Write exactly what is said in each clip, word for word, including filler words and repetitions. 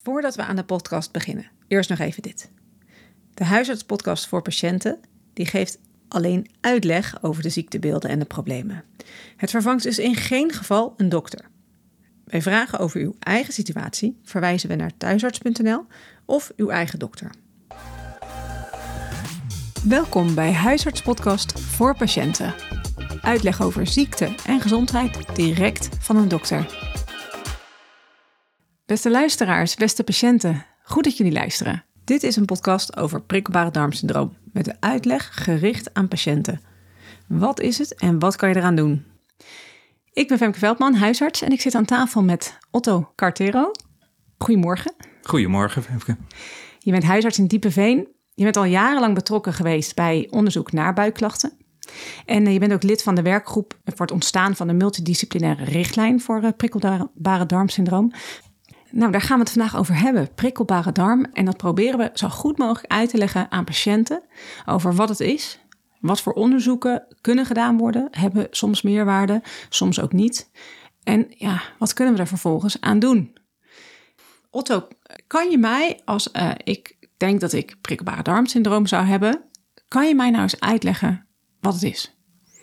Voordat we aan de podcast beginnen, eerst nog even dit. De huisartspodcast voor patiënten die geeft alleen uitleg over de ziektebeelden en de problemen. Het vervangt dus in geen geval een dokter. Bij vragen over uw eigen situatie verwijzen we naar thuisarts punt n l of uw eigen dokter. Welkom bij Huisartspodcast voor patiënten. Uitleg over ziekte en gezondheid direct van een dokter. Beste luisteraars, beste patiënten, goed dat jullie luisteren. Dit is een podcast over prikkelbare darmsyndroom met de uitleg gericht aan patiënten. Wat is het en wat kan je eraan doen? Ik ben Femke Veldman, huisarts en ik zit aan tafel met Otto Cartero. Goedemorgen. Goedemorgen, Femke. Je bent huisarts in Diepenveen. Je bent al jarenlang betrokken geweest bij onderzoek naar buikklachten. En je bent ook lid van de werkgroep voor het ontstaan van de multidisciplinaire richtlijn voor prikkelbare darmsyndroom. Nou, daar gaan we het vandaag over hebben, prikkelbare darm. En dat proberen we zo goed mogelijk uit te leggen aan patiënten over wat het is. Wat voor onderzoeken kunnen gedaan worden, hebben soms meerwaarde, soms ook niet. En ja, wat kunnen we er vervolgens aan doen? Otto, kan je mij, als uh, ik denk dat ik prikkelbare darmsyndroom zou hebben, kan je mij nou eens uitleggen wat het is?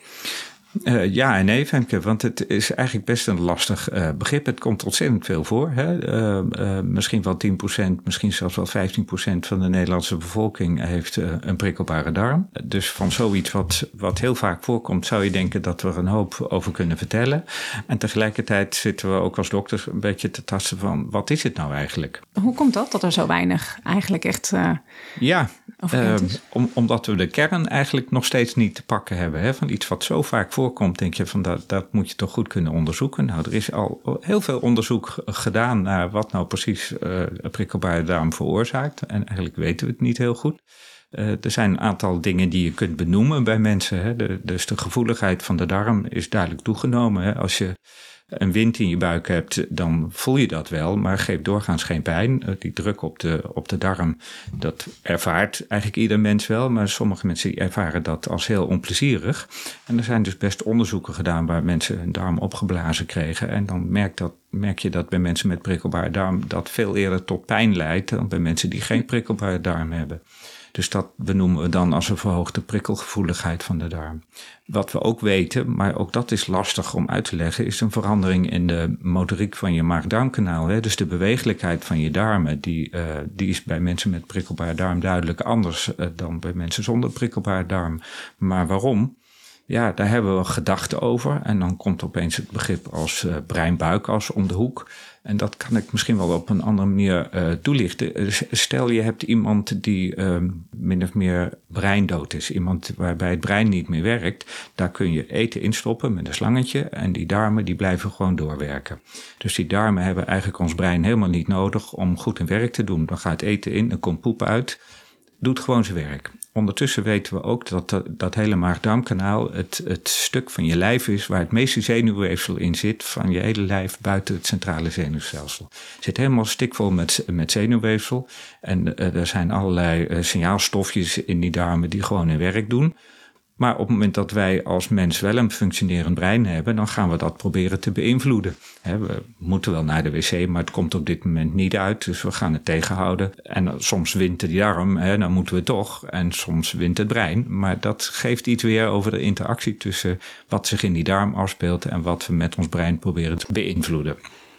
Uh, ja en nee, Femke, want het is eigenlijk best een lastig uh, begrip. Het komt ontzettend veel voor. Hè? Uh, uh, misschien wel tien procent, misschien zelfs wel vijftien procent van de Nederlandse bevolking heeft uh, een prikkelbare darm. Dus van zoiets wat, wat heel vaak voorkomt, zou je denken dat we er een hoop over kunnen vertellen. En tegelijkertijd zitten we ook als dokters een beetje te tasten van, wat is het nou eigenlijk? Hoe komt dat, dat er zo weinig eigenlijk echt uh, ja, over bekend is? Uh, om, omdat we de kern eigenlijk nog steeds niet te pakken hebben. Hè? Van iets wat zo vaak voorkomt, denk je van dat, dat moet je toch goed kunnen onderzoeken. Nou, er is al heel veel onderzoek gedaan naar wat nou precies uh, een prikkelbare darm veroorzaakt. En eigenlijk weten we het niet heel goed. Uh, er zijn een aantal dingen die je kunt benoemen bij mensen. Hè? De, dus de gevoeligheid van de darm is duidelijk toegenomen. Hè? Als je een wind in je buik hebt, dan voel je dat wel, maar geeft doorgaans geen pijn. Die druk op de, op de darm, dat ervaart eigenlijk ieder mens wel, maar sommige mensen ervaren dat als heel onplezierig. En er zijn dus best onderzoeken gedaan waar mensen hun darm opgeblazen kregen. En dan merk, dat, merk je dat bij mensen met prikkelbare darm dat veel eerder tot pijn leidt dan bij mensen die geen prikkelbare darm hebben. Dus dat benoemen we dan als een verhoogde prikkelgevoeligheid van de darm. Wat we ook weten, maar ook dat is lastig om uit te leggen, is een verandering in de motoriek van je maag-darmkanaal. Hè? Dus de bewegelijkheid van je darmen, die, uh, die is bij mensen met prikkelbare darm duidelijk anders uh, dan bij mensen zonder prikkelbare darm. Maar waarom? Ja, daar hebben we gedachten over. En dan komt opeens het begrip als uh, brein-buikas om de hoek. En dat kan ik misschien wel op een andere manier uh, toelichten. Stel je hebt iemand die uh, min of meer breindood is. Iemand waarbij het brein niet meer werkt. Daar kun je eten instoppen met een slangetje. En die darmen die blijven gewoon doorwerken. Dus die darmen hebben eigenlijk ons brein helemaal niet nodig om goed hun werk te doen. Dan gaat eten in, dan komt poep uit. Doet gewoon zijn werk. Ondertussen weten we ook dat dat, dat hele maag-darmkanaal het, het stuk van je lijf is waar het meeste zenuwweefsel in zit van je hele lijf buiten het centrale zenuwstelsel. Het zit helemaal stikvol met, met zenuwweefsel en uh, er zijn allerlei uh, signaalstofjes in die darmen die gewoon hun werk doen. Maar op het moment dat wij als mens wel een functionerend brein hebben, dan gaan we dat proberen te beïnvloeden. He, we moeten wel naar de wc, maar het komt op dit moment niet uit. Dus we gaan het tegenhouden. En soms wint de darm, he, dan moeten we toch. En soms wint het brein. Maar dat geeft iets weer over de interactie tussen wat zich in die darm afspeelt en wat we met ons brein proberen te beïnvloeden.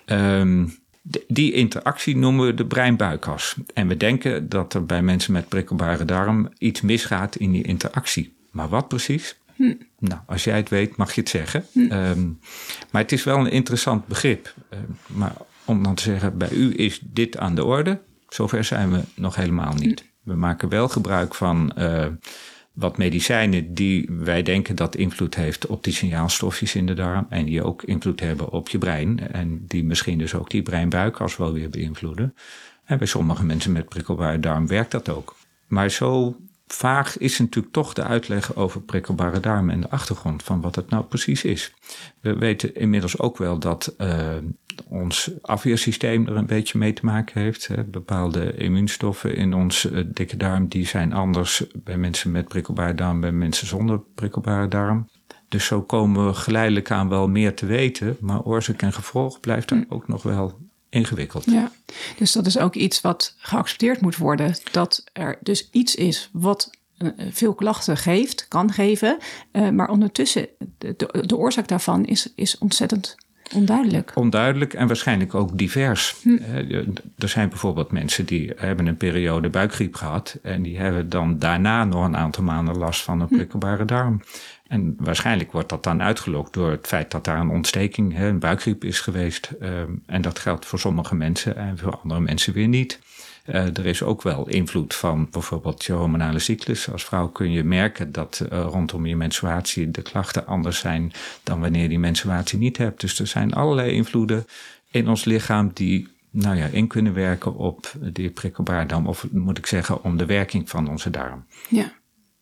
Um, Die interactie noemen we de brein-buikas. En we denken dat er bij mensen met prikkelbare darm iets misgaat in die interactie. Maar wat precies? Hm. Nou, als jij het weet, mag je het zeggen. Hm. Um, maar het is wel een interessant begrip. Uh, maar om dan te zeggen, bij u is dit aan de orde. Zover zijn we nog helemaal niet. Hm. We maken wel gebruik van uh, wat medicijnen die wij denken dat invloed heeft op die signaalstofjes in de darm. En die ook invloed hebben op je brein. En die misschien dus ook die brein-buikas wel weer beïnvloeden. En bij sommige mensen met prikkelbare darm werkt dat ook. Maar zo vaag is natuurlijk toch de uitleg over prikkelbare darm en de achtergrond van wat het nou precies is. We weten inmiddels ook wel dat uh, ons afweersysteem er een beetje mee te maken heeft. Hè. Bepaalde immuunstoffen in ons uh, dikke darm die zijn anders bij mensen met prikkelbare darm, bij mensen zonder prikkelbare darm. Dus zo komen we geleidelijk aan wel meer te weten, maar oorzaak en gevolg blijft er ook nog wel ingewikkeld. Ja, dus dat is ook iets wat geaccepteerd moet worden. Dat er dus iets is wat uh, veel klachten geeft, kan geven. Uh, maar ondertussen, de, de, de oorzaak daarvan is, is ontzettend onduidelijk. Onduidelijk en waarschijnlijk ook divers. Hm. Er zijn bijvoorbeeld mensen die hebben een periode buikgriep gehad. En die hebben dan daarna nog een aantal maanden last van een prikkelbare darm. En waarschijnlijk wordt dat dan uitgelokt door het feit dat daar een ontsteking, een buikgriep is geweest. Um, en dat geldt voor sommige mensen en voor andere mensen weer niet. Uh, er is ook wel invloed van bijvoorbeeld je hormonale cyclus. Als vrouw kun je merken dat uh, rondom je menstruatie de klachten anders zijn dan wanneer je die menstruatie niet hebt. Dus er zijn allerlei invloeden in ons lichaam die nou ja, in kunnen werken op die prikkelbare darm. Of moet ik zeggen, om de werking van onze darm. Ja.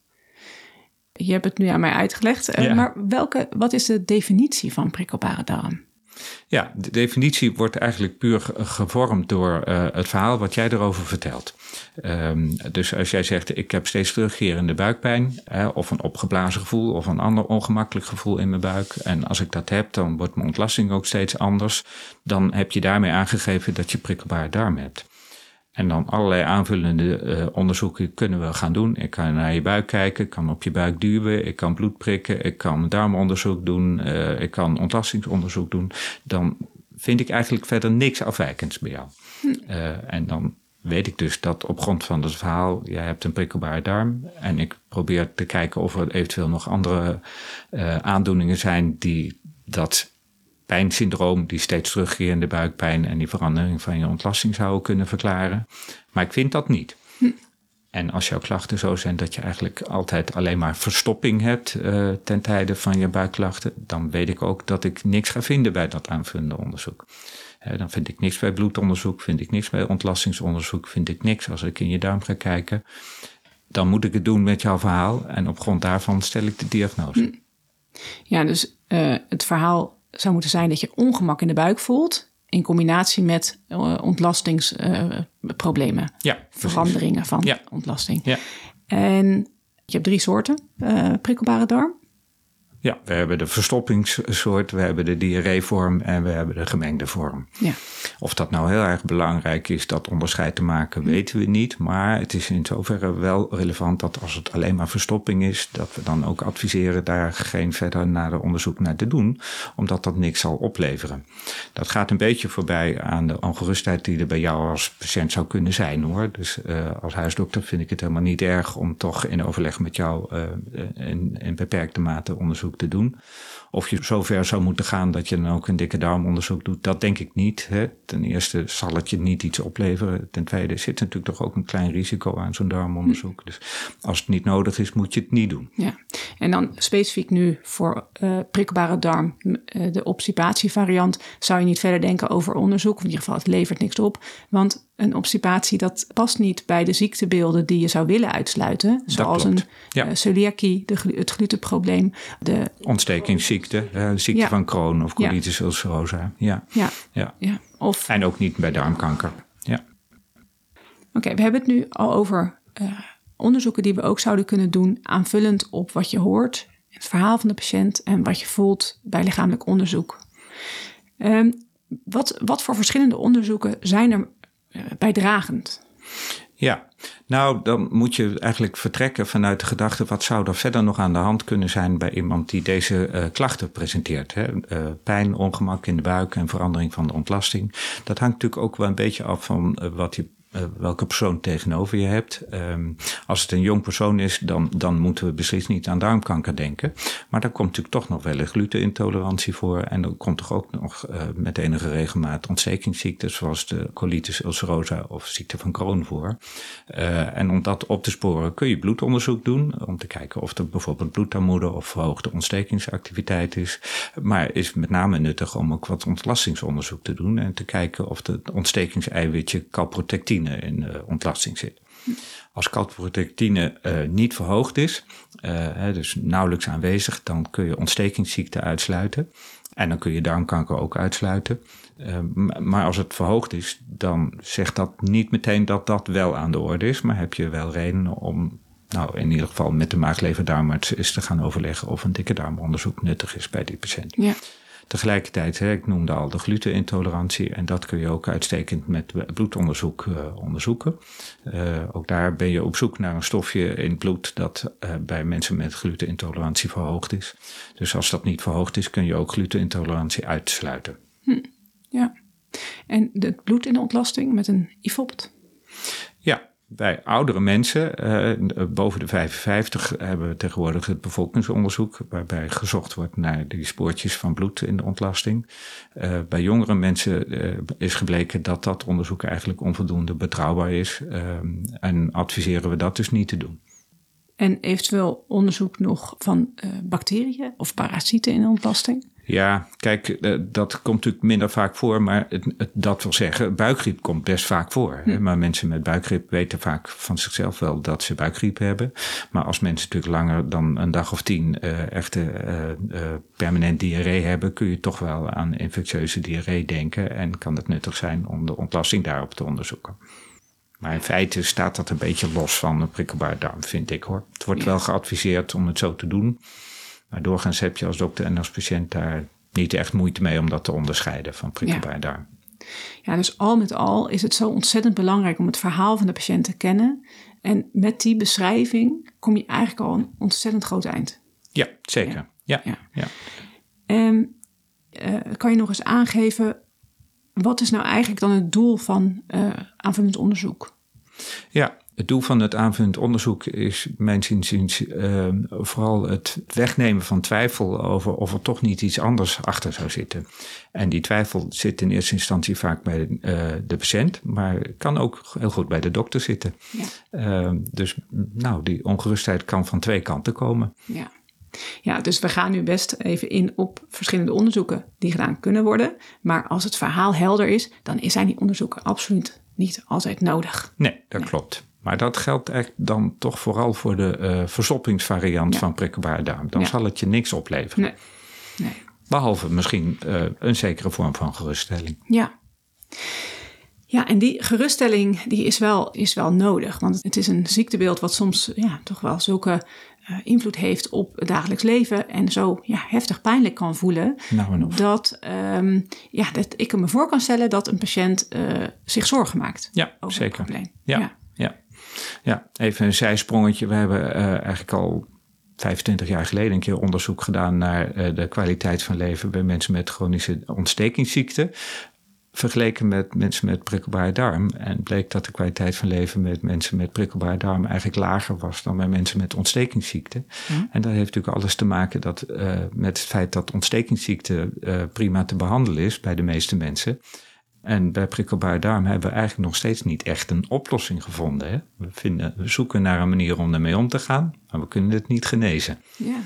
Je hebt het nu aan mij uitgelegd. Ja. Maar welke, wat is de definitie van prikkelbare darm? Ja, de definitie wordt eigenlijk puur gevormd door uh, het verhaal wat jij erover vertelt. Um, dus als jij zegt, ik heb steeds terugkerende buikpijn, hè, of een opgeblazen gevoel of een ander ongemakkelijk gevoel in mijn buik. En als ik dat heb, dan wordt mijn ontlasting ook steeds anders. Dan heb je daarmee aangegeven dat je prikkelbare darm hebt. En dan allerlei aanvullende uh, onderzoeken kunnen we gaan doen. Ik kan naar je buik kijken, ik kan op je buik duwen, ik kan bloed prikken, ik kan darmonderzoek doen, uh, ik kan ontlastingsonderzoek doen. Dan vind ik eigenlijk verder niks afwijkends bij jou. Hm. Uh, en dan weet ik dus dat op grond van het verhaal, jij hebt een prikkelbare darm. En ik probeer te kijken of er eventueel nog andere uh, aandoeningen zijn die dat pijnsyndroom, die steeds terugkerende buikpijn en die verandering van je ontlasting zouden kunnen verklaren. Maar ik vind dat niet. Hm. En als jouw klachten zo zijn dat je eigenlijk altijd alleen maar verstopping hebt uh, ten tijde van je buikklachten, dan weet ik ook dat ik niks ga vinden bij dat aanvullende onderzoek. Uh, dan vind ik niks bij bloedonderzoek, vind ik niks bij ontlastingsonderzoek, vind ik niks als ik in je darm ga kijken. Dan moet ik het doen met jouw verhaal en op grond daarvan stel ik de diagnose. Hm. Ja, dus uh, het verhaal zou moeten zijn dat je ongemak in de buik voelt in combinatie met uh, ontlastingsproblemen. Uh, ja, veranderingen van ja. ontlasting. Ja. En je hebt drie soorten uh, prikkelbare darm. Ja, we hebben de verstoppingssoort, we hebben de diarreevorm en we hebben de gemengde vorm. Ja. Of dat nou heel erg belangrijk is, dat onderscheid te maken, weten we niet. Maar het is in zoverre wel relevant dat als het alleen maar verstopping is, dat we dan ook adviseren daar geen verder nader onderzoek naar te doen, omdat dat niks zal opleveren. Dat gaat een beetje voorbij aan de ongerustheid die er bij jou als patiënt zou kunnen zijn, hoor. Dus uh, als huisdokter vind ik het helemaal niet erg om toch in overleg met jou uh, in, in beperkte mate onderzoek te doen. Of je zover zou moeten gaan dat je dan ook een dikke darmonderzoek doet, dat denk ik niet. Hè. Ten eerste zal het je niet iets opleveren. Ten tweede zit natuurlijk toch ook een klein risico aan zo'n darmonderzoek. Hm. Dus als het niet nodig is, moet je het niet doen. Ja, en dan specifiek nu voor uh, prikkelbare darm, uh, de obstipatievariant, zou je niet verder denken over onderzoek. Of in ieder geval, het levert niks op. Want een obstipatie, dat past niet bij de ziektebeelden die je zou willen uitsluiten. Zoals een ja. uh, celiakie, de, het glutenprobleem. De ontstekingsziekte, uh, de ziekte ja. van Crohn of colitis ja. ulcerosa. Ja. Ja. Ja. Ja. Of, en ook niet bij darmkanker. Ja. Oké, okay, we hebben het nu al over uh, onderzoeken die we ook zouden kunnen doen, aanvullend op wat je hoort, het verhaal van de patiënt en wat je voelt bij lichamelijk onderzoek. Um, wat, wat voor verschillende onderzoeken zijn er uh, bijdragend? Ja, nou dan moet je eigenlijk vertrekken vanuit de gedachte, wat zou er verder nog aan de hand kunnen zijn bij iemand die deze uh, klachten presenteert. Hè? Uh, pijn, ongemak in de buik en verandering van de ontlasting. Dat hangt natuurlijk ook wel een beetje af van uh, wat je Uh, welke persoon tegenover je hebt. Um, als het een jong persoon is, dan, dan moeten we beslist niet aan darmkanker denken. Maar dan komt natuurlijk toch nog wel een glutenintolerantie voor. En dan komt toch ook nog uh, met enige regelmaat ontstekingsziektes, zoals de colitis ulcerosa of ziekte van Crohn voor. Uh, en om dat op te sporen kun je bloedonderzoek doen, om te kijken of er bijvoorbeeld bloedarmoede of verhoogde ontstekingsactiviteit is. Maar is met name nuttig om ook wat ontlastingsonderzoek te doen en te kijken of het ontstekingseiwitje calprotectine in uh, ontlasting zit. Als calprotectine uh, niet verhoogd is, uh, hè, dus nauwelijks aanwezig, dan kun je ontstekingsziekte uitsluiten. En dan kun je darmkanker ook uitsluiten. Uh, maar als het verhoogd is, dan zegt dat niet meteen dat dat wel aan de orde is. Maar heb je wel redenen om, nou in ieder geval met de maag-lever-darmarts eens te gaan overleggen of een dikke darmonderzoek nuttig is bij die patiënt. Ja. Tegelijkertijd, hè, ik noemde al de glutenintolerantie en dat kun je ook uitstekend met bloedonderzoek uh, onderzoeken. Uh, ook daar ben je op zoek naar een stofje in het bloed dat uh, bij mensen met glutenintolerantie verhoogd is. Dus als dat niet verhoogd is, kun je ook glutenintolerantie uitsluiten. Hm, ja. En het bloed in de ontlasting met een I V O P T? Ja. Bij oudere mensen, uh, boven de vijfenvijftig, hebben we tegenwoordig het bevolkingsonderzoek, waarbij gezocht wordt naar die spoortjes van bloed in de ontlasting. Uh, bij jongere mensen uh, is gebleken dat dat onderzoek eigenlijk onvoldoende betrouwbaar is. Uh, en adviseren we dat dus niet te doen. En eventueel onderzoek nog van uh, bacteriën of parasieten in de ontlasting? Ja, kijk, uh, dat komt natuurlijk minder vaak voor, maar het, het, dat wil zeggen, buikgriep komt best vaak voor. Hm. Hè? Maar mensen met buikgriep weten vaak van zichzelf wel dat ze buikgriep hebben. Maar als mensen natuurlijk langer dan een dag of tien uh, echte uh, uh, permanent diarree hebben, kun je toch wel aan infectieuze diarree denken en kan het nuttig zijn om de ontlasting daarop te onderzoeken. Maar in feite staat dat een beetje los van een prikkelbare darm, vind ik hoor. Het wordt ja. wel geadviseerd om het zo te doen. Maar doorgaans heb je als dokter en als patiënt daar niet echt moeite mee om dat te onderscheiden van prikkelbare ja. darm. Ja, dus al met al is het zo ontzettend belangrijk om het verhaal van de patiënt te kennen. En met die beschrijving kom je eigenlijk al een ontzettend groot eind. Ja, zeker. Ja. Ja. Ja. Ja. En uh, kan je nog eens aangeven, wat is nou eigenlijk dan het doel van uh, aanvullend onderzoek? Ja, het doel van het aanvullend onderzoek is mijns inziens uh, vooral het wegnemen van twijfel over of er toch niet iets anders achter zou zitten. En die twijfel zit in eerste instantie vaak bij uh, de patiënt, maar kan ook heel goed bij de dokter zitten. Ja. Uh, dus nou, die ongerustheid kan van twee kanten komen. Ja. Ja, dus we gaan nu best even in op verschillende onderzoeken die gedaan kunnen worden. Maar als het verhaal helder is, dan zijn die onderzoeken absoluut niet altijd nodig. Nee, dat nee. klopt. Maar dat geldt eigenlijk dan toch vooral voor de uh, versoppingsvariant ja. van prikkelbare darm. Dan ja. zal het je niks opleveren. Nee. Nee. Behalve misschien uh, een zekere vorm van geruststelling. Ja. Ja, en die geruststelling die is, wel, is wel nodig. Want het is een ziektebeeld wat soms ja, toch wel zulke uh, invloed heeft op het dagelijks leven. En zo ja, heftig pijnlijk kan voelen. Nou en of. Dat, um, ja, dat ik me voor kan stellen dat een patiënt uh, zich zorgen maakt. Ja, over zeker. Het probleem. Ja, ja. Ja. ja, even een zijsprongetje. We hebben uh, eigenlijk al vijfentwintig jaar geleden een keer onderzoek gedaan naar uh, de kwaliteit van leven bij mensen met chronische ontstekingsziekten. Vergeleken met mensen met prikkelbare darm. En bleek dat de kwaliteit van leven met mensen met prikkelbare darm eigenlijk lager was dan bij mensen met ontstekingsziekten. Ja. En dat heeft natuurlijk alles te maken dat, uh, met het feit dat ontstekingsziekte uh, prima te behandelen is bij de meeste mensen. En bij prikkelbare darm hebben we eigenlijk nog steeds niet echt een oplossing gevonden. Hè? We, vinden, we zoeken naar een manier om ermee om te gaan, maar we kunnen het niet genezen. Ja.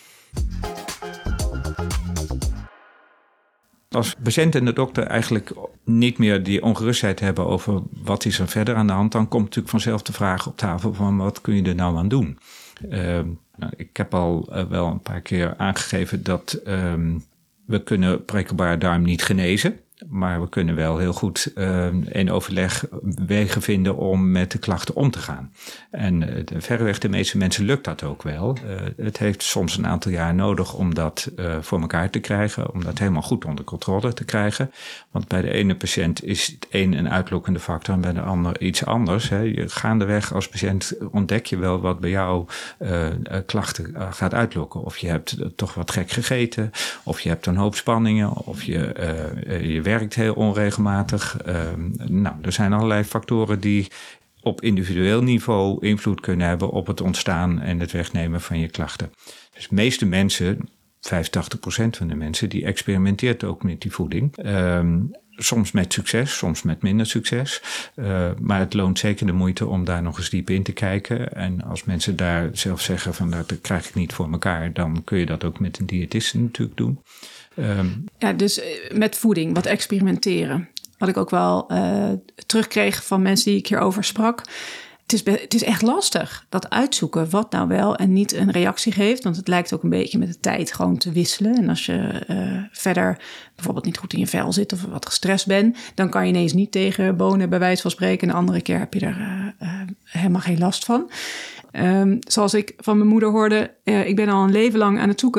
Als patiënt en de dokter eigenlijk niet meer die ongerustheid hebben over wat is er verder aan de hand, dan komt natuurlijk vanzelf de vraag op tafel van wat kun je er nou aan doen? Uh, nou, ik heb al uh, wel een paar keer aangegeven dat uh, we kunnen prikkelbare darm niet genezen. Maar we kunnen wel heel goed uh, in overleg wegen vinden om met de klachten om te gaan. En uh, de, verreweg de meeste mensen lukt dat ook wel. Uh, het heeft soms een aantal jaar nodig om dat uh, voor elkaar te krijgen. Om dat helemaal goed onder controle te krijgen. Want bij de ene patiënt is het een een uitlokkende factor en bij de ander iets anders. Hè. Je, gaandeweg als patiënt ontdek je wel wat bij jou uh, klachten uh, gaat uitlokken. Of je hebt uh, toch wat gek gegeten. Of je hebt een hoop spanningen. Of je, uh, uh, je werkt heel onregelmatig. Uh, nou, er zijn allerlei factoren die op individueel niveau invloed kunnen hebben op het ontstaan en het wegnemen van je klachten. Dus de meeste mensen, vijfentachtig procent van de mensen, die experimenteert ook met die voeding. Uh, soms met succes, soms met minder succes. Uh, maar het loont zeker de moeite om daar nog eens diep in te kijken. En als mensen daar zelf zeggen van dat krijg ik niet voor elkaar, dan kun je dat ook met een diëtiste natuurlijk doen. Um, ja, dus met voeding, wat experimenteren. Wat ik ook wel uh, terugkreeg van mensen die ik hierover sprak. Het is, het is echt lastig, dat uitzoeken wat nou wel en niet een reactie geeft. Want het lijkt ook een beetje met de tijd gewoon te wisselen. En als je uh, verder bijvoorbeeld niet goed in je vel zit of wat gestrest bent, dan kan je ineens niet tegen bonen bij wijze van spreken. En de andere keer heb je er uh, uh, helemaal geen last van. Um, zoals ik van mijn moeder hoorde, uh, ik ben al een leven lang aan het zoeken.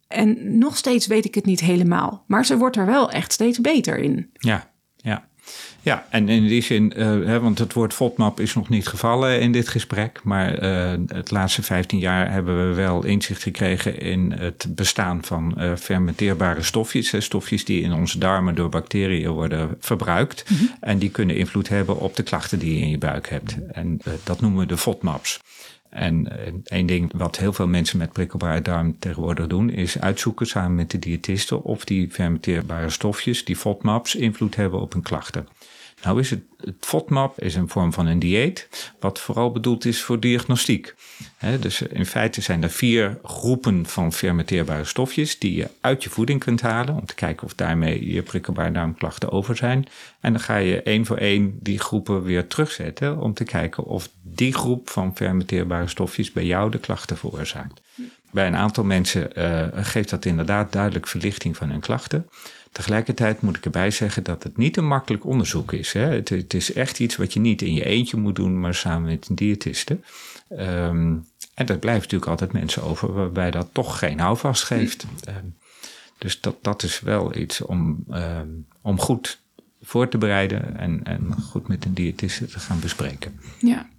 En nog steeds weet ik het niet helemaal. Maar ze wordt er wel echt steeds beter in. Ja, ja. Ja, en in die zin, uh, hè, want het woord FODMAP is nog niet gevallen in dit gesprek. Maar uh, het laatste vijftien jaar hebben we wel inzicht gekregen in het bestaan van uh, fermenteerbare stofjes. Hè, stofjes die in onze darmen door bacteriën worden verbruikt. Mm-hmm. En die kunnen invloed hebben op de klachten die je in je buik hebt. En uh, dat noemen we de FODMAPs. En één ding wat heel veel mensen met prikkelbare darm tegenwoordig doen, is uitzoeken samen met de diëtisten of die fermenteerbare stofjes, die FODMAPs, invloed hebben op hun klachten. Nou is het, het FODMAP is een vorm van een dieet, wat vooral bedoeld is voor diagnostiek. He, dus in feite zijn er vier groepen van fermenteerbare stofjes die je uit je voeding kunt halen, om te kijken of daarmee je prikkelbare darmklachten over zijn. En dan ga je één voor één die groepen weer terugzetten, om te kijken of die groep van fermenteerbare stofjes bij jou de klachten veroorzaakt. Bij een aantal mensen uh, geeft dat inderdaad duidelijk verlichting van hun klachten. Tegelijkertijd moet ik erbij zeggen dat het niet een makkelijk onderzoek is. Hè. Het, het is echt iets wat je niet in je eentje moet doen, maar samen met een diëtiste. Um, en er blijven natuurlijk altijd mensen over waarbij dat toch geen houvast geeft. Um, dus dat, dat is wel iets om, um, om goed voor te bereiden en, en goed met een diëtiste te gaan bespreken. Ja.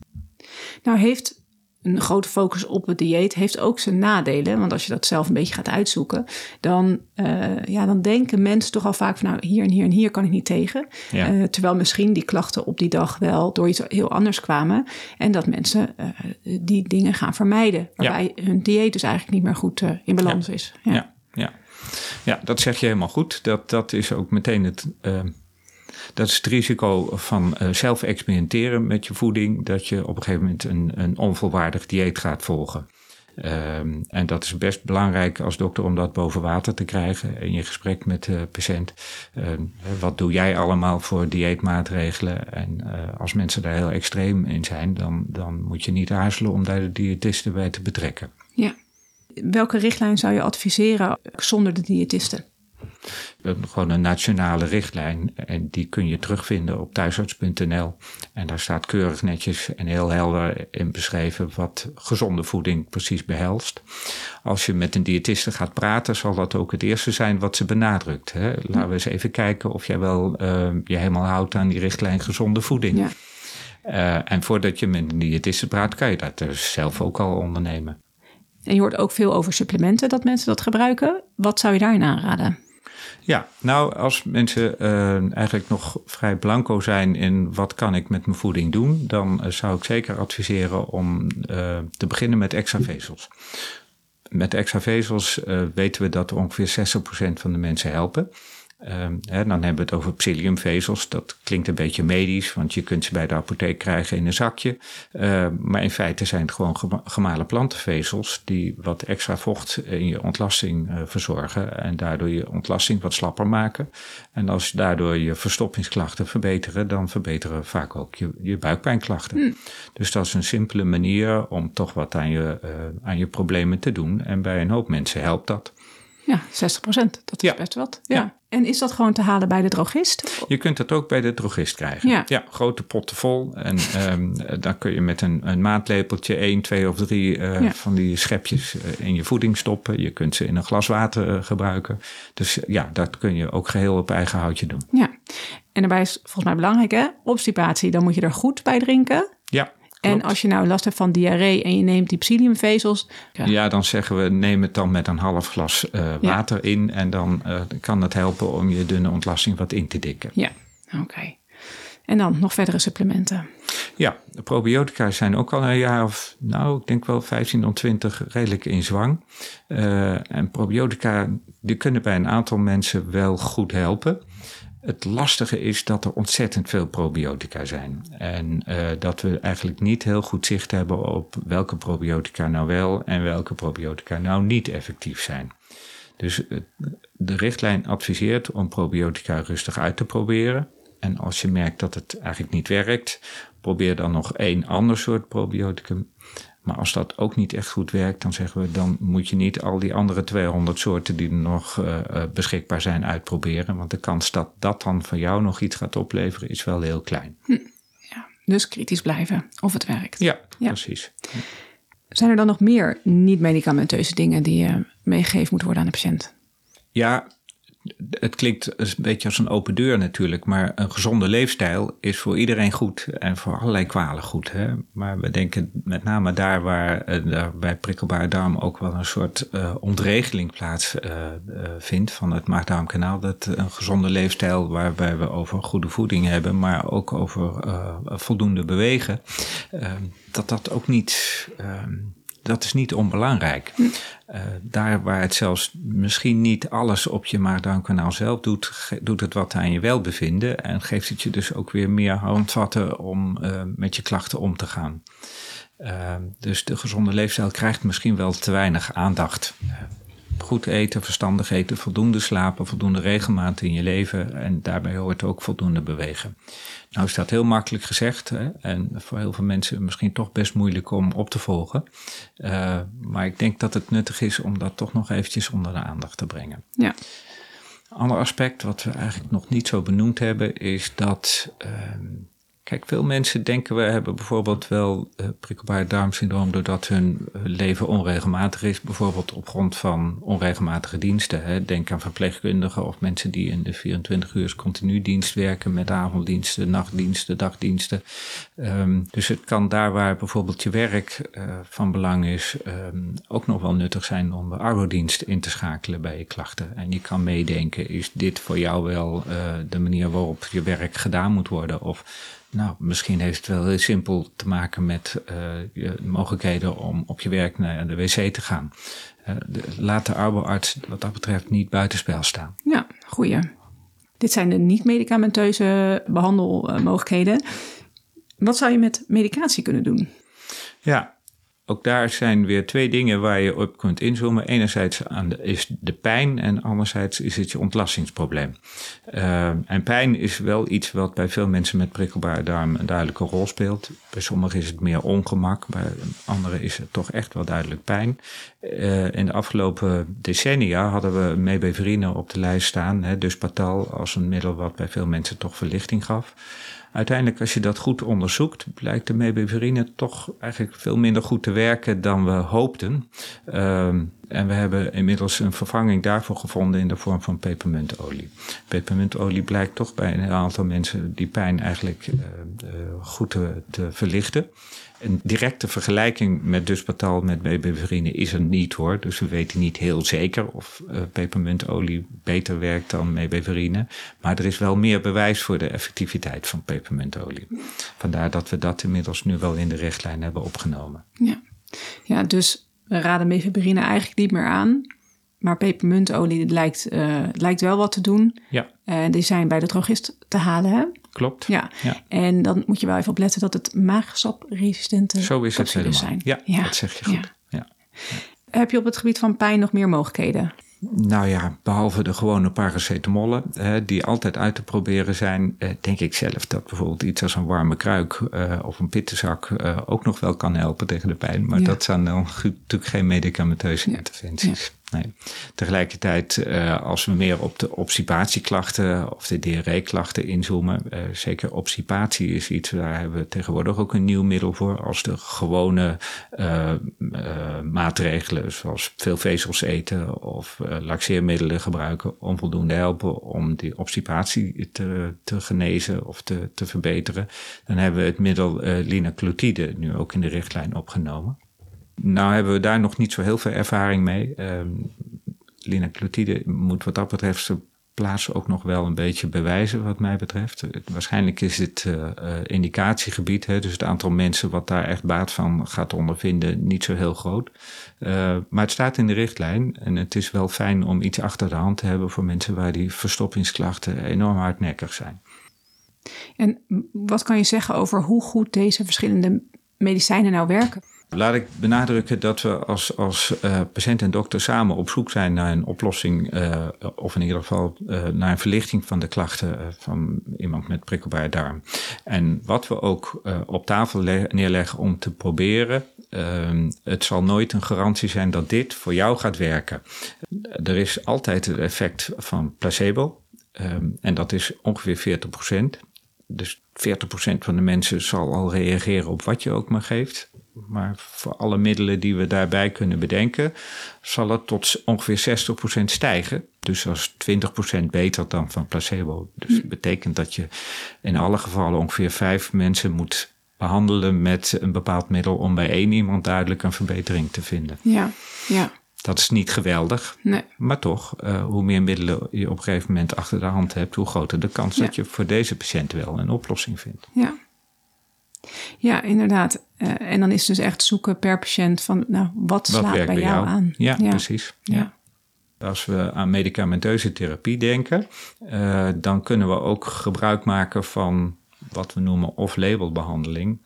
Nou heeft een grote focus op het dieet heeft ook zijn nadelen. Want als je dat zelf een beetje gaat uitzoeken, dan, uh, ja, dan denken mensen toch al vaak van, nou, hier en hier en hier kan ik niet tegen. Ja. Uh, terwijl misschien die klachten op die dag wel door iets heel anders kwamen. En dat mensen uh, die dingen gaan vermijden. Waarbij ja. hun dieet dus eigenlijk niet meer goed uh, in balans ja. is. Ja. Ja, ja. ja, dat zeg je helemaal goed. Dat, dat is ook meteen het... Uh... Dat is het risico van uh, zelf experimenteren met je voeding, dat je op een gegeven moment een, een onvolwaardig dieet gaat volgen. Um, en dat is best belangrijk als dokter om dat boven water te krijgen in je gesprek met de patiënt. Uh, wat doe jij allemaal voor dieetmaatregelen? En uh, als mensen daar heel extreem in zijn, dan, dan moet je niet aarzelen om daar de diëtisten bij te betrekken. Ja. Welke richtlijn zou je adviseren zonder de diëtisten? Gewoon een nationale richtlijn en die kun je terugvinden op thuisarts punt n l. En daar staat keurig netjes en heel helder in beschreven wat gezonde voeding precies behelst. Als je met een diëtiste gaat praten, zal dat ook het eerste zijn wat ze benadrukt. Hè? Laten we eens even kijken of jij wel uh, je helemaal houdt aan die richtlijn gezonde voeding. Ja. Uh, en voordat je met een diëtiste praat, kan je dat dus zelf ook al ondernemen. En je hoort ook veel over supplementen dat mensen dat gebruiken. Wat zou je daarin aanraden? Ja, nou als mensen uh, eigenlijk nog vrij blanco zijn in wat kan ik met mijn voeding doen, dan uh, zou ik zeker adviseren om uh, te beginnen met extra vezels. Met extra vezels uh, weten we dat ongeveer zestig procent van de mensen helpen. Um, hè, dan hebben we het over psylliumvezels. Dat klinkt een beetje medisch, want je kunt ze bij de apotheek krijgen in een zakje. Uh, maar in feite zijn het gewoon gema- gemalen plantenvezels die wat extra vocht in je ontlasting uh, verzorgen en daardoor je ontlasting wat slapper maken. En als daardoor je verstoppingsklachten verbeteren, dan verbeteren vaak ook je, je buikpijnklachten. Mm. Dus dat is een simpele manier om toch wat aan je, uh, aan je problemen te doen. En bij een hoop mensen helpt dat. Ja, zestig procent. Dat is ja. best wat. Ja. Ja. En is dat gewoon te halen bij de drogist? Je kunt dat ook bij de drogist krijgen. Ja, ja grote potten vol. En um, dan kun je met een, een maatlepeltje één, twee of drie uh, ja. van die schepjes uh, in je voeding stoppen. Je kunt ze in een glas water uh, gebruiken. Dus uh, ja, dat kun je ook geheel op eigen houtje doen. Ja, en daarbij is volgens mij belangrijk, hè? Obstipatie, dan moet je er goed bij drinken. Ja. En als je nou last hebt van diarree en je neemt die psylliumvezels. Ja. ja, dan zeggen we neem het dan met een half glas uh, water ja. in. En dan uh, kan het helpen om je dunne ontlasting wat in te dikken. Ja, oké. Okay. En dan nog verdere supplementen. Ja, de probiotica zijn ook al een jaar of, nou, ik denk wel vijftien tot twintig redelijk in zwang. Uh, en probiotica, die kunnen bij een aantal mensen wel goed helpen. Het lastige is dat er ontzettend veel probiotica zijn. En uh, dat we eigenlijk niet heel goed zicht hebben op welke probiotica nou wel en welke probiotica nou niet effectief zijn. Dus uh, de richtlijn adviseert om probiotica rustig uit te proberen. En als je merkt dat het eigenlijk niet werkt, probeer dan nog één ander soort probioticum. Maar als dat ook niet echt goed werkt, dan zeggen we, dan moet je niet al die andere tweehonderd soorten die er nog uh, beschikbaar zijn uitproberen. Want de kans dat dat dan van jou nog iets gaat opleveren is wel heel klein. Hm. Ja, dus kritisch blijven of het werkt. Ja, ja. precies. Zijn er dan nog meer niet-medicamenteuze dingen die uh, meegegeven moeten worden aan de patiënt? Ja, het klinkt een beetje als een open deur natuurlijk, maar een gezonde leefstijl is voor iedereen goed en voor allerlei kwalen goed. Hè? Maar we denken met name daar waar uh, bij prikkelbare darm ook wel een soort uh, ontregeling plaatsvindt uh, uh, van het maag-darmkanaal. Dat een gezonde leefstijl waarbij we over goede voeding hebben, maar ook over uh, voldoende bewegen, uh, dat dat ook niet... Uh, Dat is niet onbelangrijk. Hm. Uh, daar waar het zelfs misschien niet alles op je maag-darmkanaal zelf doet, ge- doet het wat aan je welbevinden en geeft het je dus ook weer meer handvatten om uh, met je klachten om te gaan. Uh, dus de gezonde leefstijl krijgt misschien wel te weinig aandacht. Uh, goed eten, verstandig eten, voldoende slapen, voldoende regelmaat in je leven en daarbij hoort ook voldoende bewegen. Nou is dat heel makkelijk gezegd hè? En voor heel veel mensen misschien toch best moeilijk om op te volgen. Uh, maar ik denk dat het nuttig is om dat toch nog eventjes onder de aandacht te brengen. Ja. Een ander aspect wat we eigenlijk nog niet zo benoemd hebben is dat... Uh, Kijk, veel mensen denken we hebben bijvoorbeeld wel uh, prikkelbaar darmsyndroom doordat hun leven onregelmatig is. Bijvoorbeeld op grond van onregelmatige diensten. Hè. Denk aan verpleegkundigen of mensen die in de vierentwintig uur continu dienst werken met avonddiensten, nachtdiensten, dagdiensten. Um, dus het kan daar waar bijvoorbeeld je werk uh, van belang is, um, ook nog wel nuttig zijn om de arbodienst in te schakelen bij je klachten. En je kan meedenken, is dit voor jou wel uh, de manier waarop je werk gedaan moet worden? Of nou, misschien heeft het wel heel simpel te maken met uh, je mogelijkheden om op je werk naar de wc te gaan. Uh, de, laat de arboarts wat dat betreft niet buitenspel staan. Ja, goeie. Dit zijn de niet-medicamenteuze behandelmogelijkheden. Wat zou je met medicatie kunnen doen? Ja, ook daar zijn weer twee dingen waar je op kunt inzoomen. Enerzijds aan de, is de pijn en anderzijds is het je ontlastingsprobleem. Uh, en pijn is wel iets wat bij veel mensen met prikkelbare darm een duidelijke rol speelt. Bij sommigen is het meer ongemak, bij anderen is het toch echt wel duidelijk pijn. Uh, in de afgelopen decennia hadden we mebeverine op de lijst staan, hè, dus Duspatal als een middel wat bij veel mensen toch verlichting gaf. Uiteindelijk, als je dat goed onderzoekt, blijkt de mebeverine toch eigenlijk veel minder goed te werken dan we hoopten. Uh, en we hebben inmiddels een vervanging daarvoor gevonden in de vorm van pepermuntolie. Pepermuntolie blijkt toch bij een aantal mensen die pijn eigenlijk uh, uh, goed te, te verlichten. Een directe vergelijking met Duspatal met mebeverine is er niet hoor. Dus we weten niet heel zeker of uh, pepermuntolie beter werkt dan mebeverine. Maar er is wel meer bewijs voor de effectiviteit van pepermuntolie. Vandaar dat we dat inmiddels nu wel in de richtlijn hebben opgenomen. Ja, ja dus we raden mebeverine eigenlijk niet meer aan. Maar pepermuntolie lijkt, uh, lijkt wel wat te doen. Ja. Uh, die zijn bij de drogist te halen, hè? Klopt. Ja. ja, en dan moet je wel even opletten dat het maaggesapresistente Zo is het helemaal. zijn. Ja, ja, dat zeg je goed. Ja. Ja. Ja. Heb je op het gebied van pijn nog meer mogelijkheden? Nou ja, behalve de gewone paracetamollen, hè, die altijd uit te proberen zijn, eh, denk ik zelf dat bijvoorbeeld iets als een warme kruik uh, of een pittenzak uh, ook nog wel kan helpen tegen de pijn. Maar ja. dat zijn dan natuurlijk geen medicamenteuze ja. interventies. Ja. Nee. Tegelijkertijd, uh, als we meer op de obstipatieklachten of de diarreeklachten inzoomen, uh, zeker obstipatie is iets, daar hebben we tegenwoordig ook een nieuw middel voor, als de gewone uh, uh, maatregelen, zoals veel vezels eten of uh, laxeermiddelen gebruiken, onvoldoende helpen om die obstipatie te, te genezen of te, te verbeteren. Dan hebben we het middel uh, linaclotide nu ook in de richtlijn opgenomen. Nou hebben we daar nog niet zo heel veel ervaring mee. Uh, linaclotide moet wat dat betreft zijn plaats ook nog wel een beetje bewijzen wat mij betreft. Uh, waarschijnlijk is het uh, uh, indicatiegebied, hè, dus het aantal mensen wat daar echt baat van gaat ondervinden, niet zo heel groot. Uh, maar het staat in de richtlijn en het is wel fijn om iets achter de hand te hebben voor mensen waar die verstoppingsklachten enorm hardnekkig zijn. En wat kan je zeggen over hoe goed deze verschillende medicijnen nou werken? Laat ik benadrukken dat we als, als uh, patiënt en dokter samen op zoek zijn naar een oplossing, uh, of in ieder geval uh, naar een verlichting van de klachten uh, van iemand met prikkelbare darm. En wat we ook uh, op tafel le- neerleggen om te proberen, uh, het zal nooit een garantie zijn dat dit voor jou gaat werken. Er is altijd het effect van placebo, uh, en dat is ongeveer veertig procent. Dus veertig procent van de mensen zal al reageren op wat je ook maar geeft. maar voor alle middelen die we daarbij kunnen bedenken, zal het tot ongeveer zestig procent stijgen. Dus dat is twintig procent beter dan van placebo. Dus dat betekent dat je in alle gevallen ongeveer vijf mensen moet behandelen met een bepaald middel om bij één iemand duidelijk een verbetering te vinden. Ja, ja. Dat is niet geweldig, nee. maar toch, uh, hoe meer middelen je op een gegeven moment achter de hand hebt, hoe groter de kans ja. dat je voor deze patiënt wel een oplossing vindt. Ja, ja inderdaad. Uh, en dan is dus echt zoeken per patiënt van, nou, wat slaat bij, bij jou, jou aan? Ja, ja. precies. Ja. Ja. Als we aan medicamenteuze therapie denken, uh, dan kunnen we ook gebruik maken van wat we noemen off-label behandeling.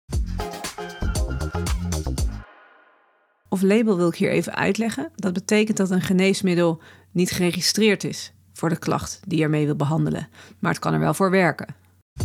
Off-label wil ik hier even uitleggen. Dat betekent dat een geneesmiddel niet geregistreerd is voor de klacht die je ermee wil behandelen. Maar het kan er wel voor werken.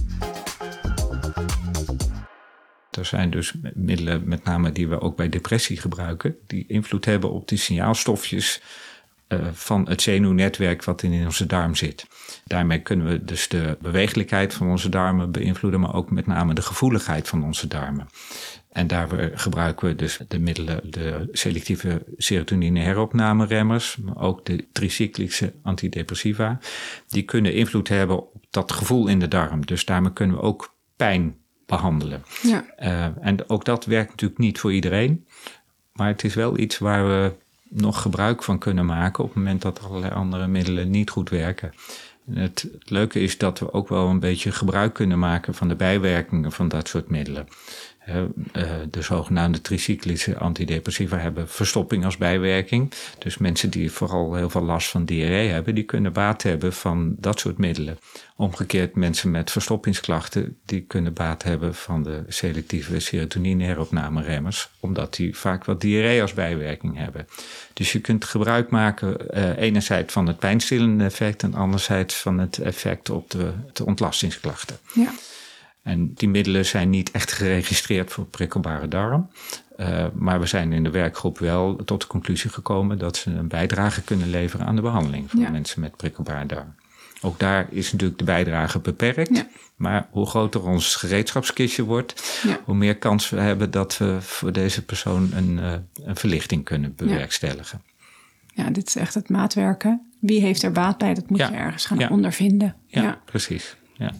Er zijn dus middelen, met name die we ook bij depressie gebruiken, die invloed hebben op die signaalstofjes uh, van het zenuwnetwerk wat in onze darm zit. Daarmee kunnen we dus de bewegelijkheid van onze darmen beïnvloeden, maar ook met name de gevoeligheid van onze darmen. En daar gebruiken we dus de middelen, de selectieve serotonine heropnameremmers, maar ook de tricyclische antidepressiva. Die kunnen invloed hebben op dat gevoel in de darm. Dus daarmee kunnen we ook pijn behandelen. Ja. Uh, en ook dat werkt natuurlijk niet voor iedereen. Maar het is wel iets waar we nog gebruik van kunnen maken op het moment dat allerlei andere middelen niet goed werken. En het leuke is dat we ook wel een beetje gebruik kunnen maken van de bijwerkingen van dat soort middelen. Uh, de zogenaamde tricyclische antidepressiva hebben verstopping als bijwerking. Dus mensen die vooral heel veel last van diarree hebben, die kunnen baat hebben van dat soort middelen. Omgekeerd mensen met verstoppingsklachten, die kunnen baat hebben van de selectieve serotonine heropnameremmers, omdat die vaak wat diarree als bijwerking hebben. Dus je kunt gebruik maken uh, enerzijds van het pijnstillende effect en anderzijds van het effect op de, de ontlastingsklachten. Ja. En die middelen zijn niet echt geregistreerd voor prikkelbare darm. Uh, maar we zijn in de werkgroep wel tot de conclusie gekomen dat ze een bijdrage kunnen leveren aan de behandeling van ja. mensen met prikkelbare darm. Ook daar is natuurlijk de bijdrage beperkt. Ja. Maar hoe groter ons gereedschapskistje wordt, ja. hoe meer kans we hebben dat we voor deze persoon een, uh, een verlichting kunnen bewerkstelligen. Ja. ja, dit is echt het maatwerken. Wie heeft er baat bij? Dat moet ja. je ergens gaan ja. ondervinden. Ja, ja. precies. Ja.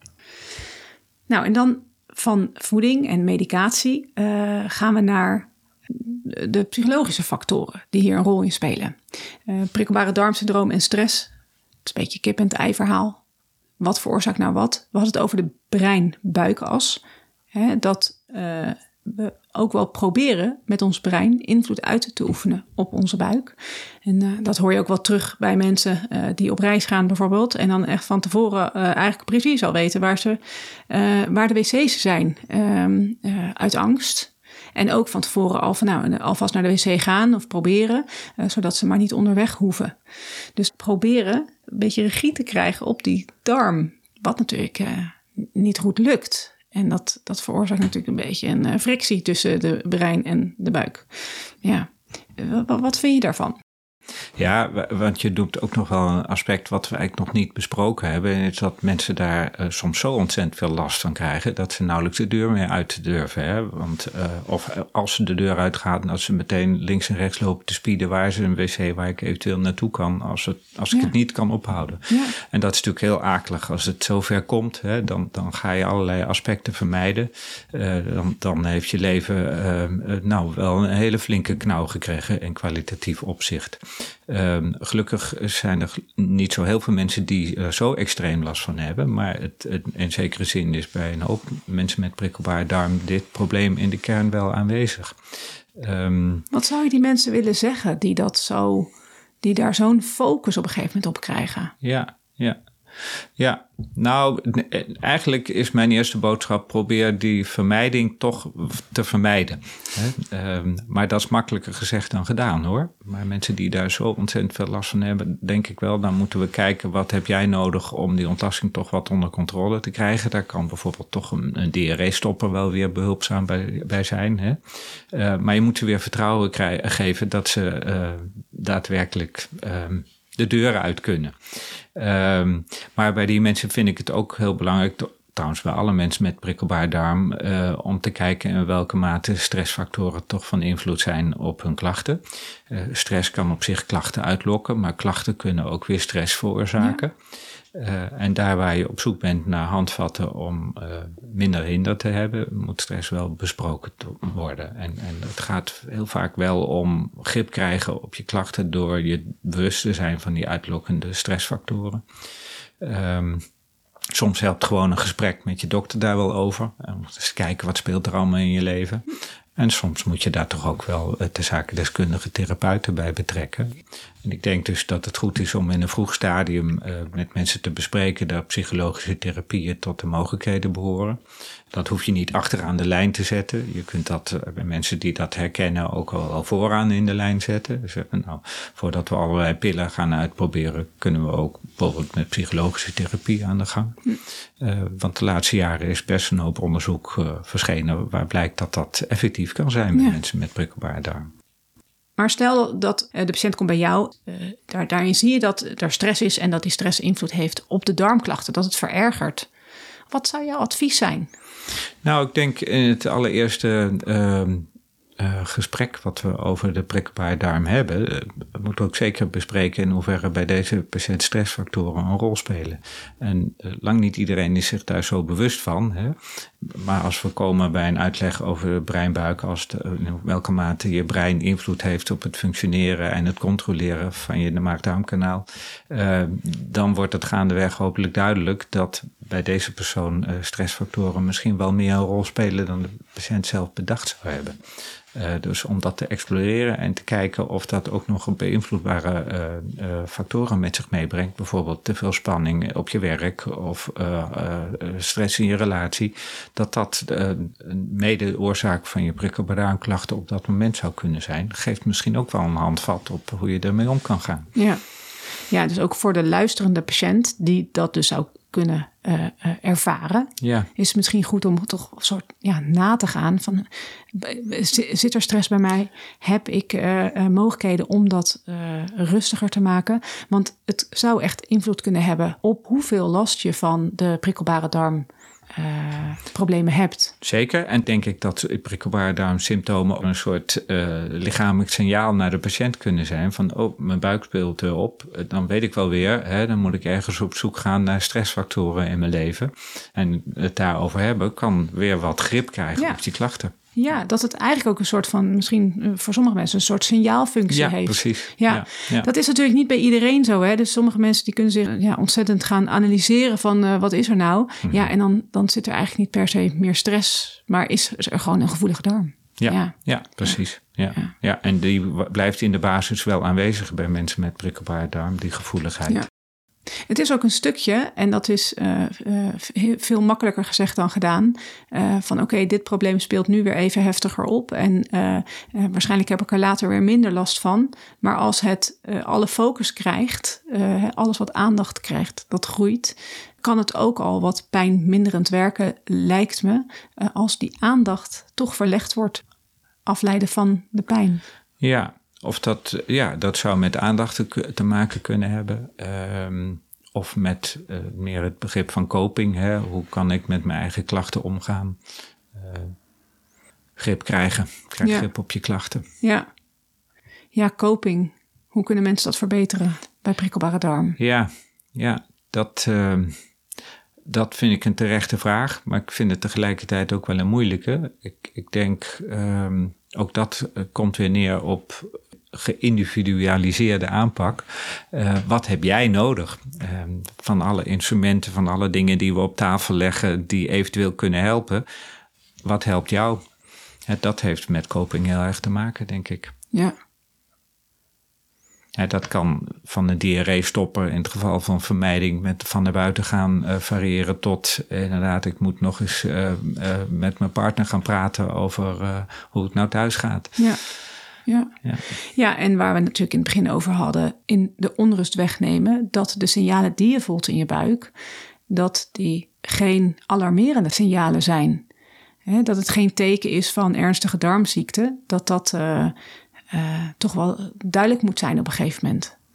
Nou, en dan van voeding en medicatie uh, gaan we naar de psychologische factoren die hier een rol in spelen. Uh, prikkelbare darmsyndroom en stress. Het is een beetje kip en het ei verhaal. Wat veroorzaakt nou wat? We hadden het over de brein-buikas. Hè, dat uh, we ook wel proberen met ons brein invloed uit te oefenen op onze buik. En uh, dat hoor je ook wel terug bij mensen uh, die op reis gaan bijvoorbeeld. En dan echt van tevoren uh, eigenlijk precies al weten waar, ze, uh, waar de wc's zijn. Um, uh, uit angst. En ook van tevoren al van, nou, alvast naar de wc gaan of proberen. Uh, zodat ze maar niet onderweg hoeven. Dus proberen een beetje regie te krijgen op die darm. Wat natuurlijk uh, niet goed lukt. En dat, dat veroorzaakt natuurlijk een beetje een uh, frictie tussen de brein en de buik. Ja, uh, wat, wat vind je daarvan? Ja, want je doet ook nog wel een aspect wat we eigenlijk nog niet besproken hebben. En is dat mensen daar uh, soms zo ontzettend veel last van krijgen dat ze nauwelijks de deur meer uit durven. Hè? Want, uh, of als ze de deur uitgaan, dat ze meteen links en rechts lopen te spieden. Waar is een wc waar ik eventueel naartoe kan als, het, als ik ja. het niet kan ophouden. Ja. En dat is natuurlijk heel akelig. Als het zover komt, hè, dan, dan ga je allerlei aspecten vermijden. Uh, dan, dan heeft je leven uh, nou wel een hele flinke knauw gekregen in kwalitatief opzicht. Um, gelukkig zijn er niet zo heel veel mensen die er zo extreem last van hebben. Maar het, het, in zekere zin is bij een hoop mensen met prikkelbare darm dit probleem in de kern wel aanwezig. Um, Wat zou je die mensen willen zeggen die, dat zo, die daar zo'n focus op een gegeven moment op krijgen? Ja, ja. Ja, nou, eigenlijk is mijn eerste boodschap: probeer die vermijding toch te vermijden. Hè? Um, maar dat is makkelijker gezegd dan gedaan, hoor. Maar mensen die daar zo ontzettend veel last van hebben, denk ik wel, dan moeten we kijken, wat heb jij nodig om die ontlasting toch wat onder controle te krijgen? Daar kan bijvoorbeeld toch een, een diarree-stopper wel weer behulpzaam bij, bij zijn. Hè? Uh, maar je moet ze weer vertrouwen krijgen, geven dat ze uh, daadwerkelijk Um, de deuren uit kunnen. Um, maar bij die mensen vind ik het ook heel belangrijk trouwens bij alle mensen met prikkelbare darm, uh, om te kijken in welke mate stressfactoren toch van invloed zijn op hun klachten. Uh, stress kan op zich klachten uitlokken, maar klachten kunnen ook weer stress veroorzaken. Ja. Uh, en daar waar je op zoek bent naar handvatten om uh, minder hinder te hebben, moet stress wel besproken worden. En, en het gaat heel vaak wel om grip krijgen op je klachten door je bewust te zijn van die uitlokkende stressfactoren. Um, soms helpt gewoon een gesprek met je dokter daar wel over. Om eens kijken wat speelt er allemaal in je leven. En soms moet je daar toch ook wel de zakendeskundige therapeuten bij betrekken. En ik denk dus dat het goed is om in een vroeg stadium uh, met mensen te bespreken dat psychologische therapieën tot de mogelijkheden behoren. Dat hoef je niet achteraan de lijn te zetten. Je kunt dat uh, bij mensen die dat herkennen ook al, al vooraan in de lijn zetten. Dus uh, nou, voordat we allerlei pillen gaan uitproberen, kunnen we ook bijvoorbeeld met psychologische therapie aan de gang. Uh, want de laatste jaren is best een hoop onderzoek uh, verschenen waar blijkt dat dat effectief kan zijn bij ja. mensen met prikkelbare darm. Maar stel dat de patiënt komt bij jou, uh, daar, daarin zie je dat er stress is en dat die stress invloed heeft op de darmklachten, dat het verergert. Wat zou jouw advies zijn? Nou, ik denk in het allereerste uh, uh, gesprek wat we over de prikkelbare darm hebben, uh, we moeten ook zeker bespreken in hoeverre bij deze patiënt stressfactoren een rol spelen. En uh, lang niet iedereen is zich daar zo bewust van. Hè? Maar als we komen bij een uitleg over de breinbuik, als de, in welke mate je brein invloed heeft op het functioneren en het controleren van je maag-darmkanaal, uh, dan wordt het gaandeweg hopelijk duidelijk dat bij deze persoon uh, stressfactoren misschien wel meer een rol spelen dan de patiënt zelf bedacht zou hebben. Uh, dus om dat te exploreren en te kijken of dat ook nog een beïnvloedbare uh, uh, factoren met zich meebrengt. Bijvoorbeeld te veel spanning op je werk of uh, uh, stress in je relatie. Dat dat uh, een mede-oorzaak van je prikkelbare darmklachten op dat moment zou kunnen zijn. Geeft misschien ook wel een handvat op hoe je ermee om kan gaan. Ja, ja, dus ook voor de luisterende patiënt die dat dus zou kunnen uh, uh, ervaren, ja. is het misschien goed om toch een soort ja, na te gaan van, zit er stress bij mij? Heb ik uh, uh, mogelijkheden om dat uh, rustiger te maken? Want het zou echt invloed kunnen hebben op hoeveel last je van de prikkelbare darm Uh, problemen hebt. Zeker. En denk ik dat prikkelbare darmsymptomen een soort uh, lichamelijk signaal naar de patiënt kunnen zijn. Van, oh, mijn buik speelt erop. Dan weet ik wel weer, hè, dan moet ik ergens op zoek gaan naar stressfactoren in mijn leven. En het daarover hebben kan weer wat grip krijgen ja. op die klachten. Ja, dat het eigenlijk ook een soort van, misschien voor sommige mensen, een soort signaalfunctie ja, heeft. Precies. Ja, ja, ja. Dat is natuurlijk niet bij iedereen zo. Hè? Dus sommige mensen die kunnen zich ja, ontzettend gaan analyseren van uh, wat is er nou? Mm-hmm. Ja, en dan, dan zit er eigenlijk niet per se meer stress, maar is er gewoon een gevoelige darm. Ja, ja. ja precies. Ja. Ja. Ja, en die blijft in de basis wel aanwezig bij mensen met prikkelbare darm, die gevoeligheid. Ja. Het is ook een stukje, en dat is uh, uh, veel makkelijker gezegd dan gedaan, uh, van oké, okay, dit probleem speelt nu weer even heftiger op en uh, uh, waarschijnlijk heb ik er later weer minder last van. Maar als het uh, alle focus krijgt, uh, alles wat aandacht krijgt, dat groeit, kan het ook al wat pijnminderend werken, lijkt me, uh, als die aandacht toch verlegd wordt, afleiden van de pijn. Ja. Of dat, ja, dat zou met aandacht te, te maken kunnen hebben. Um, of met uh, meer het begrip van coping. Hè? Hoe kan ik met mijn eigen klachten omgaan? Uh, grip krijgen. Krijg ja. grip op je klachten. Ja. ja, coping. Hoe kunnen mensen dat verbeteren bij prikkelbare darm? Ja, ja dat, uh, dat vind ik een terechte vraag. Maar ik vind het tegelijkertijd ook wel een moeilijke. Ik, ik denk, um, ook dat uh, komt weer neer op geïndividualiseerde aanpak. Uh, wat heb jij nodig? Uh, van alle instrumenten, van alle dingen die we op tafel leggen, die eventueel kunnen helpen. Wat helpt jou? Uh, dat heeft met coping heel erg te maken, denk ik. Ja. Uh, dat kan van een diarree-stopper in het geval van vermijding met van naar buiten gaan uh, variëren tot uh, inderdaad, ik moet nog eens uh, uh, met mijn partner gaan praten over uh, hoe het nou thuis gaat. Ja. Ja. Ja. ja, en waar we natuurlijk in het begin over hadden, in de onrust wegnemen, dat de signalen die je voelt in je buik, dat die geen alarmerende signalen zijn. He, dat het geen teken is van ernstige darmziekte, dat dat uh, uh, toch wel duidelijk moet zijn op een gegeven moment.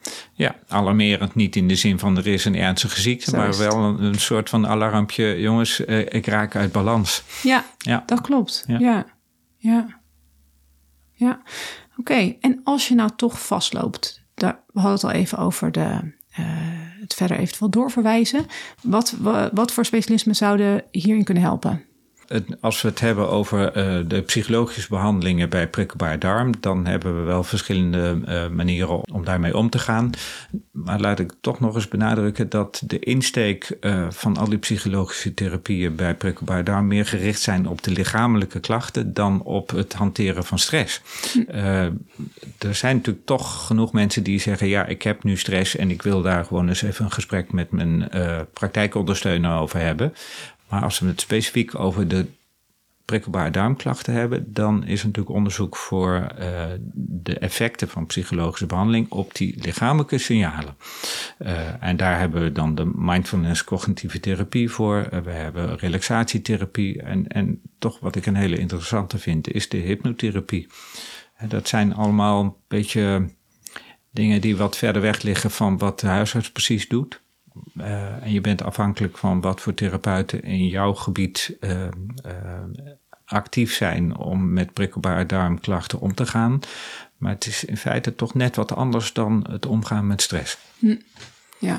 Ja, alarmerend niet in de zin van er is een ernstige ziekte, Zo maar wel een, een soort van alarmpje. Jongens, eh, ik raak uit balans. Ja, ja. dat klopt. Ja, ja. ja. ja. Oké, okay. En als je nou toch vastloopt, daar, we hadden het al even over de, uh, het verder eventueel doorverwijzen. Wat, wat voor specialismen zouden hierin kunnen helpen? Als we het hebben over uh, de psychologische behandelingen bij prikkelbare darm, dan hebben we wel verschillende uh, manieren om daarmee om te gaan. Maar laat ik toch nog eens benadrukken dat de insteek uh, van al die psychologische therapieën bij prikkelbare darm meer gericht zijn op de lichamelijke klachten dan op het hanteren van stress. Uh, er zijn natuurlijk toch genoeg mensen die zeggen, ja, ik heb nu stress en ik wil daar gewoon eens even een gesprek met mijn uh, praktijkondersteuner over hebben. Maar als we het specifiek over de prikkelbare darmklachten hebben, dan is er natuurlijk onderzoek voor uh, de effecten van psychologische behandeling op die lichamelijke signalen. Uh, en daar hebben we dan de mindfulness cognitieve therapie voor. Uh, we hebben relaxatietherapie. En, en toch wat ik een hele interessante vind, is de hypnotherapie. Uh, dat zijn allemaal een beetje dingen die wat verder weg liggen van wat de huisarts precies doet. Uh, en je bent afhankelijk van wat voor therapeuten in jouw gebied uh, uh, actief zijn om met prikkelbare darmklachten om te gaan. Maar het is in feite toch net wat anders dan het omgaan met stress. Hm. Ja.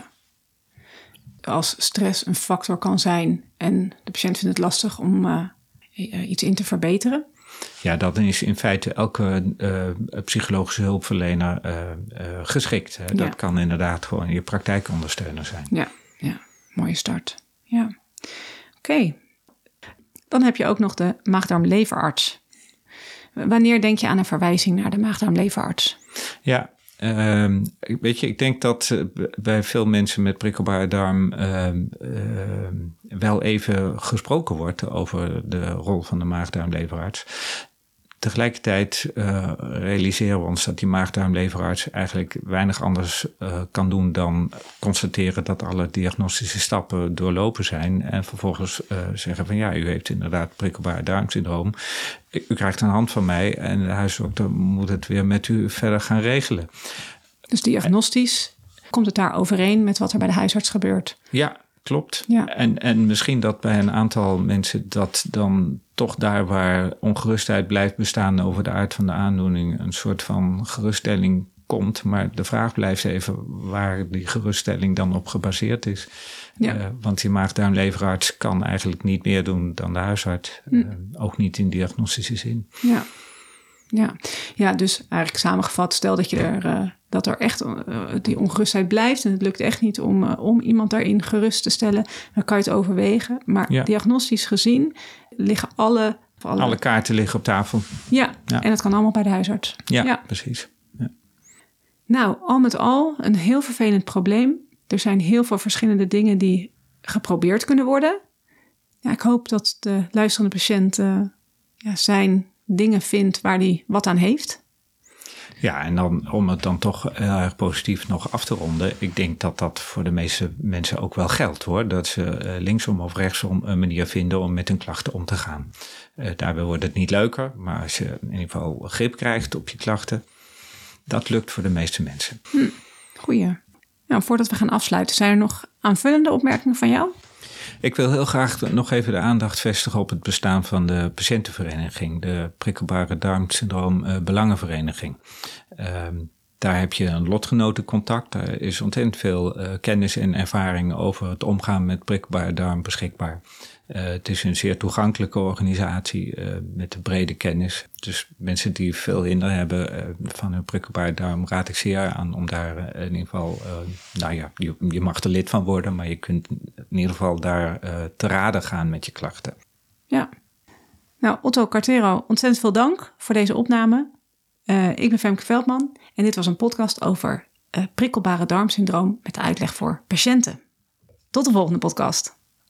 Als stress een factor kan zijn en de patiënt vindt het lastig om uh, iets in te verbeteren. Ja, dan is in feite elke uh, psychologische hulpverlener uh, uh, geschikt. Hè? Dat ja. kan inderdaad gewoon je praktijkondersteuner zijn. Ja, ja. Mooie start. Ja. Oké. Okay. Dan heb je ook nog de maag-darm-leverarts. Wanneer denk je aan een verwijzing naar de maag-darm-leverarts? Ja, uh, weet je, ik denk dat uh, bij veel mensen met prikkelbare darm uh, uh, wel even gesproken wordt over de rol van de maag-darm-leverarts. Tegelijkertijd uh, realiseren we ons dat die maag-darm-leverarts eigenlijk weinig anders uh, kan doen dan constateren dat alle diagnostische stappen doorlopen zijn. En vervolgens uh, zeggen van ja, u heeft inderdaad prikkelbare darmsyndroom. U krijgt een hand van mij en de huisdokter moet het weer met u verder gaan regelen. Dus diagnostisch en, komt het daar overeen met wat er bij de huisarts gebeurt? Ja. Klopt. Ja. En, en misschien dat bij een aantal mensen dat dan toch daar waar ongerustheid blijft bestaan over de aard van de aandoening een soort van geruststelling komt. Maar de vraag blijft even waar die geruststelling dan op gebaseerd is. Ja. Uh, want die maag-darm-leverarts kan eigenlijk niet meer doen dan de huisarts. Hm. Uh, ook niet in diagnostische zin. Ja. Ja. ja, dus eigenlijk samengevat, stel dat je er, uh, dat er echt uh, die ongerustheid blijft en het lukt echt niet om, uh, om iemand daarin gerust te stellen, dan kan je het overwegen. Maar ja. diagnostisch gezien liggen alle, alle... Alle kaarten liggen op tafel. Ja, ja, en dat kan allemaal bij de huisarts. Ja, ja. precies. Ja. Nou, al met al een heel vervelend probleem. Er zijn heel veel verschillende dingen die geprobeerd kunnen worden. Ja, ik hoop dat de luisterende patiënt uh, ja, zijn... dingen vindt waar hij wat aan heeft. Ja, en dan om het dan toch heel erg positief nog af te ronden. Ik denk dat dat voor de meeste mensen ook wel geldt hoor. Dat ze linksom of rechtsom een manier vinden om met hun klachten om te gaan. Uh, daarbij wordt het niet leuker. Maar als je in ieder geval grip krijgt op je klachten. Dat lukt voor de meeste mensen. Hm, goeie. Nou, voordat we gaan afsluiten. Zijn er nog aanvullende opmerkingen van jou? Ik wil heel graag nog even de aandacht vestigen op het bestaan van de patiëntenvereniging, de prikkelbare darmsyndroom uh, belangenvereniging. Uh, daar heb je een lotgenotencontact. Daar is ontzettend veel uh, kennis en ervaring over het omgaan met prikkelbare darm beschikbaar. Uh, het is een zeer toegankelijke organisatie uh, met een brede kennis. Dus mensen die veel hinder hebben uh, van hun prikkelbare darm raad ik zeer aan om daar uh, in ieder geval, uh, nou ja, je, je mag er lid van worden, maar je kunt in ieder geval daar uh, te raden gaan met je klachten. Ja. Nou, Otto Cartero, ontzettend veel dank voor deze opname. Uh, ik ben Femke Veldman en dit was een podcast over uh, prikkelbare darmsyndroom met uitleg voor patiënten. Tot de volgende podcast.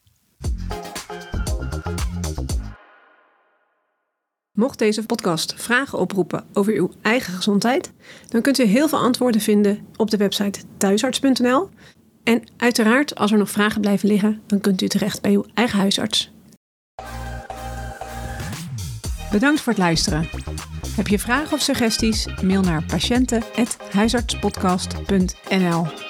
Mocht deze podcast vragen oproepen over uw eigen gezondheid, dan kunt u heel veel antwoorden vinden op de website thuisarts punt n l. En uiteraard, als er nog vragen blijven liggen, dan kunt u terecht bij uw eigen huisarts. Bedankt voor het luisteren. Heb je vragen of suggesties? Mail naar patiënten apenstaartje huisartspodcast punt n l.